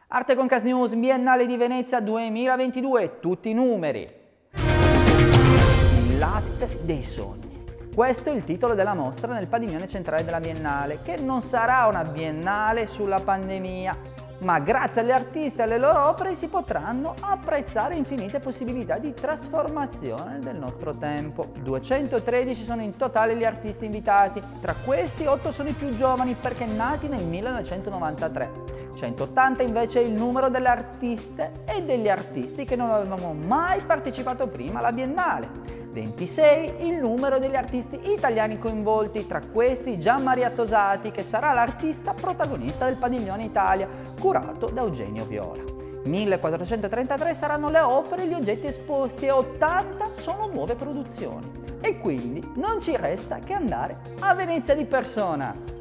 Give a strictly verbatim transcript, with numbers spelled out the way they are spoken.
Arte Concast News, Biennale di Venezia duemilaventidue, tutti i numeri. Il latte dei sogni. Questo è il titolo della mostra nel padiglione centrale della Biennale, che non sarà una biennale sulla pandemia, ma grazie agli artisti e alle loro opere si potranno apprezzare infinite possibilità di trasformazione del nostro tempo. duecentotredici sono in totale gli artisti invitati, tra questi otto sono i più giovani perché nati nel millenovecentonovantatré. centottanta invece è il numero delle artiste e degli artisti che non avevamo mai partecipato prima alla Biennale. ventisei il numero degli artisti italiani coinvolti, tra questi Gian Maria Tosati, che sarà l'artista protagonista del Padiglione Italia, curato da Eugenio Viola. millequattrocentotrentatré saranno le opere e gli oggetti esposti e ottanta sono nuove produzioni. E quindi non ci resta che andare a Venezia di persona.